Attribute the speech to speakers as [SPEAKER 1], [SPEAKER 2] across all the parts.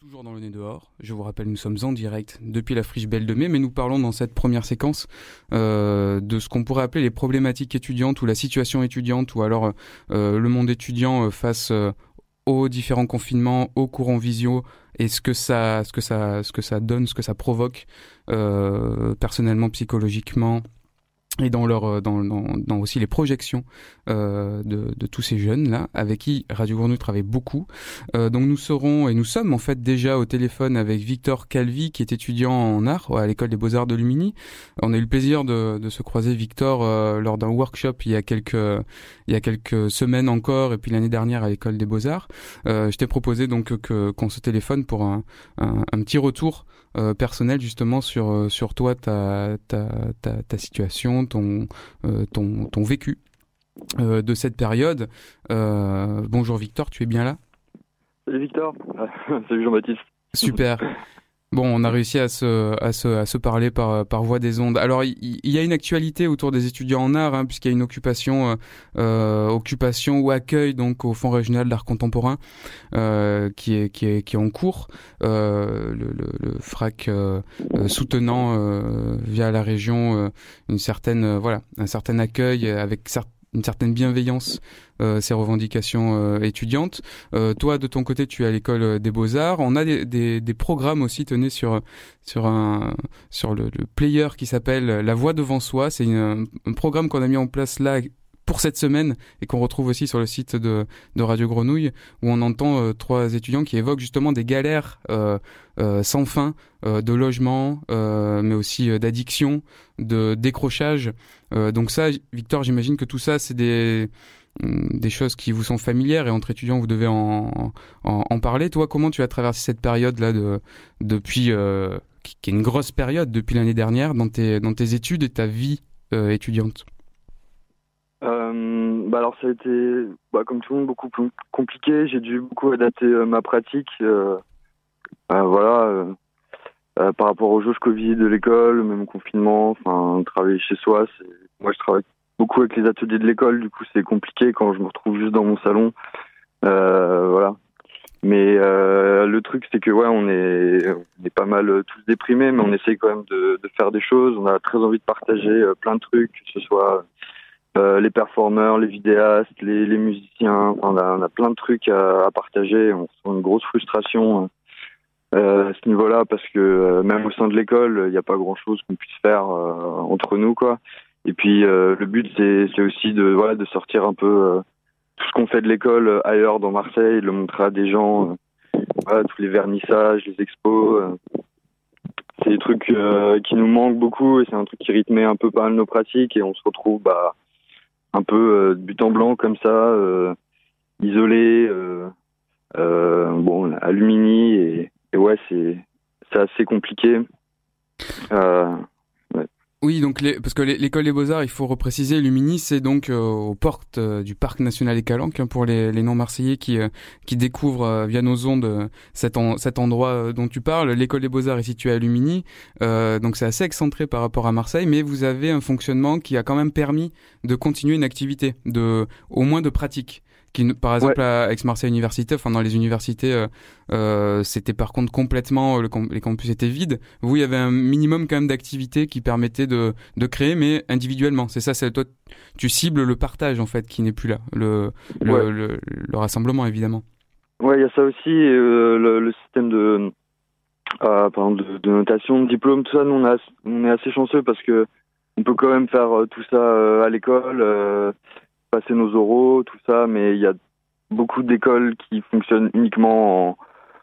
[SPEAKER 1] Toujours dans le nez dehors. Je vous rappelle, nous sommes en direct depuis la Friche Belle de Mai, mais nous parlons dans cette première séquence de ce qu'on pourrait appeler les problématiques étudiantes ou la situation étudiante ou alors le monde étudiant face aux différents confinements, aux courants visio et ce que ça donne, ce que ça provoque personnellement, psychologiquement. Et dans aussi les projections de tous ces jeunes là avec qui Radio Grenouille travaille beaucoup. Donc nous sommes en fait déjà au téléphone avec Victor Calvi qui est étudiant en art à l'école des Beaux-Arts de Lumini. On a eu le plaisir de se croiser Victor lors d'un workshop il y a quelques semaines encore et puis l'année dernière à l'école des Beaux-Arts. Je t'ai proposé donc qu'on se téléphone pour un petit retour personnel justement sur toi, ta situation, ton vécu de cette période. Bonjour Victor, tu es bien là ?
[SPEAKER 2] Salut Victor. Salut Jean-Baptiste.
[SPEAKER 1] Super. Bon, on a réussi à se parler par voie des ondes. Alors, il y a une actualité autour des étudiants en art, puisqu'il y a une occupation ou accueil donc au Fonds régional d'art contemporain qui est en cours. Le FRAC soutenant via la région un certain accueil avec une certaine bienveillance ces revendications étudiantes. Toi, de ton côté, tu es à l'école des Beaux-Arts. On a des programmes aussi, tenez, sur le player qui s'appelle La Voix devant soi. C'est un programme qu'on a mis en place là pour cette semaine et qu'on retrouve aussi sur le site de Radio Grenouille où on entend trois étudiants qui évoquent justement des galères sans fin de logement, mais aussi d'addiction, de décrochage. Donc ça, Victor, j'imagine que tout ça, c'est des choses qui vous sont familières et entre étudiants, vous devez en parler. Toi, comment tu as traversé cette période-là depuis qui est une grosse période depuis l'année dernière dans tes études et ta vie étudiante?
[SPEAKER 2] Alors ça a été, comme tout le monde, beaucoup plus compliqué. J'ai dû beaucoup adapter ma pratique, par rapport aux jauges Covid de l'école, même au confinement. Enfin, travailler chez soi, moi je travaille beaucoup avec les ateliers de l'école, du coup c'est compliqué quand je me retrouve juste dans mon salon. Mais le truc c'est que on est pas mal tous déprimés, mais on essaye quand même de faire des choses. On a très envie de partager plein de trucs, que ce soit les performeurs, les vidéastes, les musiciens. On a plein de trucs à partager. On ressent une grosse frustration à ce niveau-là parce que même au sein de l'école, il n'y a pas grand-chose qu'on puisse faire entre nous, quoi. Et puis le but c'est aussi de sortir un peu tout ce qu'on fait de l'école ailleurs dans Marseille, de le montrer à des gens, tous les vernissages, les expos. C'est des trucs qui nous manquent beaucoup et c'est un truc qui rythmait un peu pas mal nos pratiques et on se retrouve un peu de but en blanc comme ça, isolé, à Lumini et c'est assez compliqué.
[SPEAKER 1] Oui, donc parce que l'école des Beaux-Arts, il faut repréciser, Lumini, c'est donc aux portes du parc national des Calanques pour les non-marseillais qui découvrent via nos ondes cet endroit dont tu parles. L'école des Beaux-Arts est située à Lumini, donc c'est assez excentré par rapport à Marseille, mais vous avez un fonctionnement qui a quand même permis de continuer une activité, au moins de pratique. Par exemple, à Aix-Marseille Université, dans les universités, c'était par contre complètement, les campus étaient vides. Vous, il y avait un minimum quand même d'activités qui permettaient de créer, mais individuellement. C'est ça, toi, tu cibles le partage, en fait, qui n'est plus là. Le rassemblement, évidemment.
[SPEAKER 2] Ouais, il y a ça aussi, le système de notation, de diplôme, tout ça. Nous, on est assez chanceux parce que on peut quand même faire tout ça à l'école, passer nos oraux, tout ça, mais il y a beaucoup d'écoles qui fonctionnent uniquement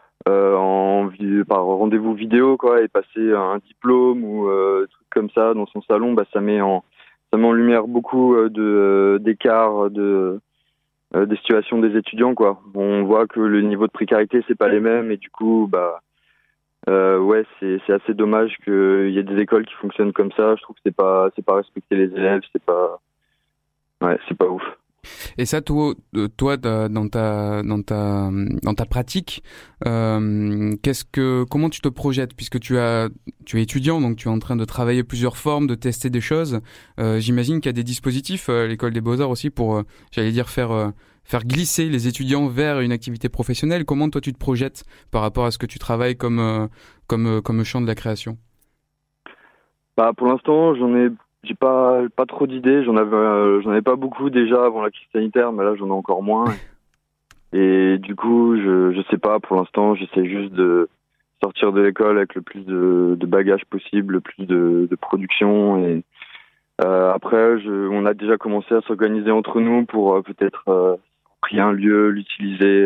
[SPEAKER 2] par rendez-vous vidéo, quoi, et passer un diplôme ou truc comme ça dans son salon, ça met en lumière beaucoup d'écart des situations des étudiants, quoi. On voit que le niveau de précarité c'est pas les mêmes et du coup c'est assez dommage qu'il y ait des écoles qui fonctionnent comme ça. Je trouve que c'est pas respecter les élèves, c'est pas ouf.
[SPEAKER 1] Et ça, toi, dans ta pratique, comment tu te projettes, puisque tu es étudiant, donc tu es en train de travailler plusieurs formes, de tester des choses. J'imagine qu'il y a des dispositifs à l'école des Beaux-Arts aussi pour, faire faire glisser les étudiants vers une activité professionnelle. Comment toi tu te projettes par rapport à ce que tu travailles comme champ de la création?
[SPEAKER 2] Bah, pour l'instant, j'ai pas trop d'idées. J'en avais pas beaucoup déjà avant la crise sanitaire, mais là, j'en ai encore moins. Et du coup, je sais pas. Pour l'instant, j'essaie juste de sortir de l'école avec le plus de bagages possible, le plus de production. Et après, on a déjà commencé à s'organiser entre nous pour peut-être prier un lieu, l'utiliser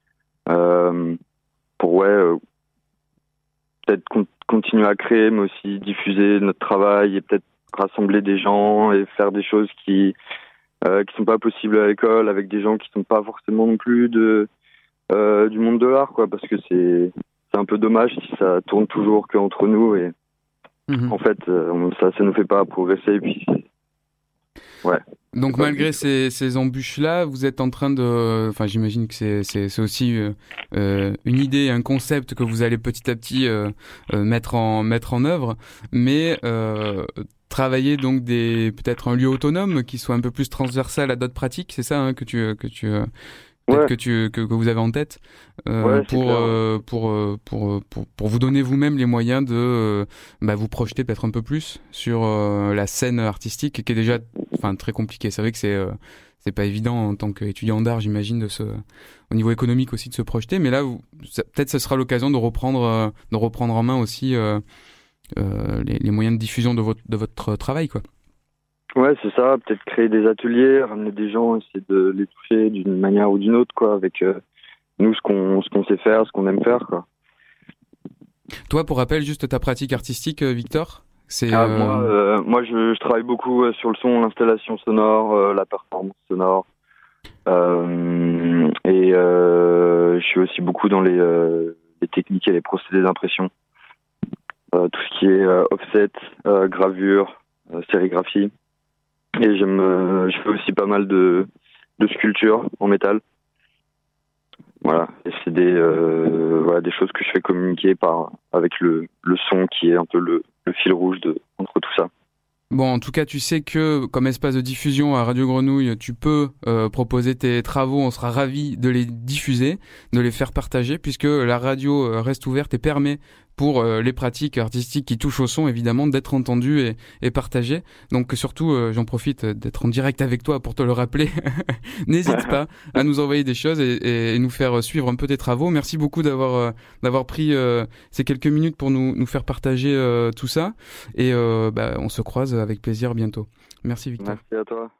[SPEAKER 2] pour peut-être continuer à créer, mais aussi diffuser notre travail et peut-être rassembler des gens et faire des choses qui sont pas possibles à l'école avec des gens qui sont pas forcément non plus du monde de l'art, quoi, parce que c'est un peu dommage si ça tourne toujours qu'entre nous et en fait ça nous fait pas progresser et puis ouais.
[SPEAKER 1] Donc malgré ces embûches-là, vous êtes en train de... Enfin, j'imagine que c'est aussi une idée, un concept que vous allez petit à petit mettre en œuvre, mais travailler donc peut-être un lieu autonome qui soit un peu plus transversal à d'autres pratiques, c'est ça, hein, que vous avez en tête, pour vous donner vous-même les moyens de vous projeter peut-être un peu plus sur la scène artistique qui est déjà très compliquée. C'est vrai que c'est pas évident en tant qu'étudiant d'art, j'imagine, au niveau économique aussi de se projeter, mais là peut-être ce sera l'occasion de reprendre en main aussi les moyens de diffusion de votre travail, quoi.
[SPEAKER 2] Ouais, c'est ça. Peut-être créer des ateliers, ramener des gens, essayer de les toucher d'une manière ou d'une autre, quoi, avec nous ce qu'on sait faire, ce qu'on aime faire, quoi.
[SPEAKER 1] Toi, pour rappel, juste ta pratique artistique, Victor, c'est
[SPEAKER 2] moi, je travaille beaucoup sur le son, l'installation sonore, la performance sonore, et je suis aussi beaucoup dans les techniques et les procédés d'impression, tout ce qui est offset, gravure, sérigraphie. Et je fais aussi pas mal de sculptures en métal. Voilà. Et c'est des choses que je fais communiquer avec le son qui est un peu le fil rouge entre tout ça.
[SPEAKER 1] Bon, en tout cas, tu sais que comme espace de diffusion à Radio Grenouille, tu peux proposer tes travaux. On sera ravis de les diffuser, de les faire partager, puisque la radio reste ouverte et permet pour les pratiques artistiques qui touchent au son, évidemment, d'être entendues et partagées. Donc surtout, j'en profite d'être en direct avec toi pour te le rappeler. N'hésite pas à nous envoyer des choses et nous faire suivre un peu tes travaux. Merci beaucoup d'avoir pris ces quelques minutes pour nous faire partager tout ça. Et on se croise avec plaisir bientôt. Merci Victor.
[SPEAKER 2] Merci à toi.